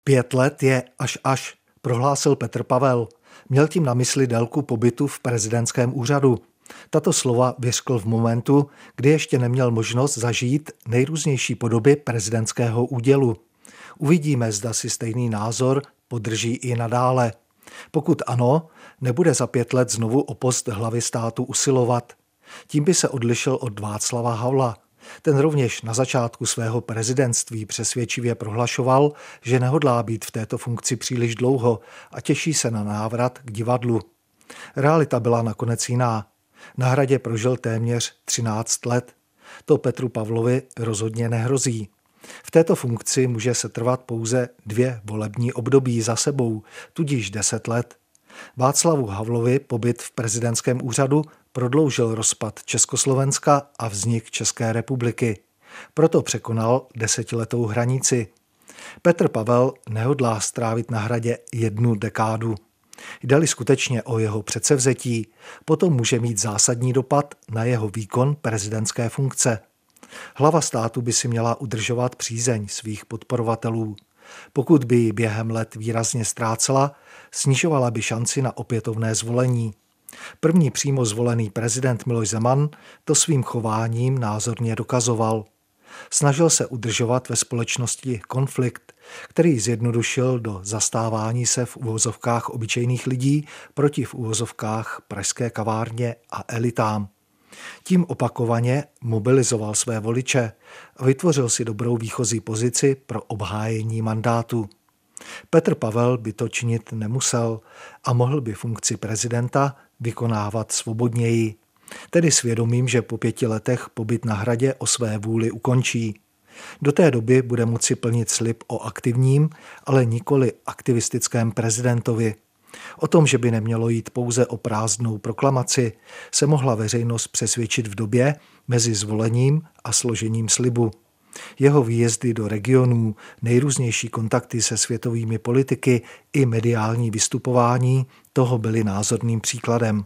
5 let je až, prohlásil Petr Pavel. Měl tím na mysli délku pobytu v prezidentském úřadu. Tato slova vyřkl v momentu, kdy ještě neměl možnost zažít nejrůznější podoby prezidentského údělu. Uvidíme, zda si stejný názor podrží i nadále. Pokud ano, nebude za 5 let znovu o post hlavy státu usilovat. Tím by se odlišil od Václava Havla. Ten rovněž na začátku svého prezidentství přesvědčivě prohlašoval, že nehodlá být v této funkci příliš dlouho a těší se na návrat k divadlu. Realita byla nakonec jiná. Na Hradě prožil téměř 13 let. To Petru Pavlovi rozhodně nehrozí. V této funkci může setrvat pouze 2 volební období za sebou, tudíž 10 let. Václavu Havlovi pobyt v prezidentském úřadu prodloužil rozpad Československa a vznik České republiky. Proto překonal 10letou hranici. Petr Pavel nehodlá strávit na Hradě 1 dekádu. Jde-li skutečně o jeho předsevzetí, potom může mít zásadní dopad na jeho výkon prezidentské funkce. Hlava státu by si měla udržovat přízeň svých podporovatelů. Pokud by ji během let výrazně ztrácela, snižovala by šanci na opětovné zvolení. První přímo zvolený prezident Miloš Zeman to svým chováním názorně dokazoval. Snažil se udržovat ve společnosti konflikt, který zjednodušil do zastávání se v uvozovkách obyčejných lidí proti v uvozovkách pražské kavárně a elitám. Tím opakovaně mobilizoval své voliče a vytvořil si dobrou výchozí pozici pro obhájení mandátu. Petr Pavel by to činit nemusel a mohl by funkci prezidenta vykonávat svobodněji, tedy svědomím, že po 5 letech pobyt na Hradě o své vůli ukončí. Do té doby bude moci plnit slib o aktivním, ale nikoli aktivistickém prezidentovi. O tom, že by nemělo jít pouze o prázdnou proklamaci, se mohla veřejnost přesvědčit v době mezi zvolením a složením slibu. Jeho výjezdy do regionů, nejrůznější kontakty se světovými politiky i mediální vystupování toho byly názorným příkladem.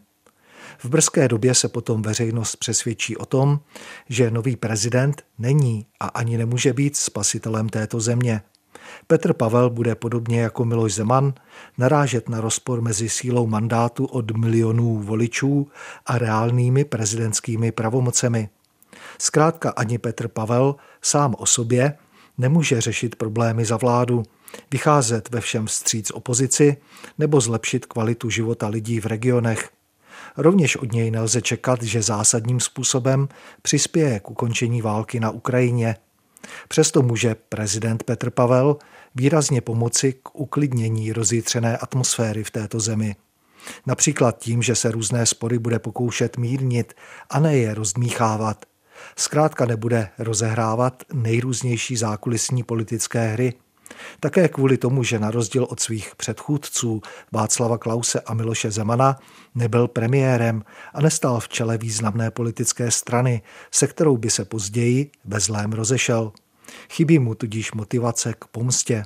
V brzké době se potom veřejnost přesvědčí o tom, že nový prezident není a ani nemůže být spasitelem této země. Petr Pavel bude podobně jako Miloš Zeman narážet na rozpor mezi sílou mandátu od milionů voličů a reálnými prezidentskými pravomocemi. Zkrátka ani Petr Pavel sám o sobě nemůže řešit problémy za vládu, vycházet ve všem vstříc opozici nebo zlepšit kvalitu života lidí v regionech. Rovněž od něj nelze čekat, že zásadním způsobem přispěje k ukončení války na Ukrajině. Přesto může prezident Petr Pavel výrazně pomoci k uklidnění rozjitřené atmosféry v této zemi. Například tím, že se různé spory bude pokoušet mírnit a ne je rozdmíchávat. Zkrátka nebude rozehrávat nejrůznější zákulisní politické hry. Také kvůli tomu, že na rozdíl od svých předchůdců Václava Klause a Miloše Zemana nebyl premiérem a nestál v čele významné politické strany, se kterou by se později ve zlém rozešel. Chybí mu tudíž motivace k pomstě.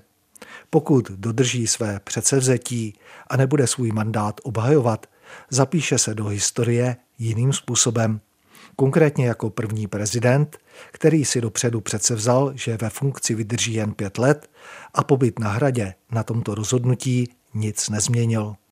Pokud dodrží své předsevzetí a nebude svůj mandát obhajovat, zapíše se do historie jiným způsobem. Konkrétně jako první prezident, který si dopředu předsevzal, že ve funkci vydrží jen 5 let a pobyt na Hradě na tomto rozhodnutí nic nezměnil.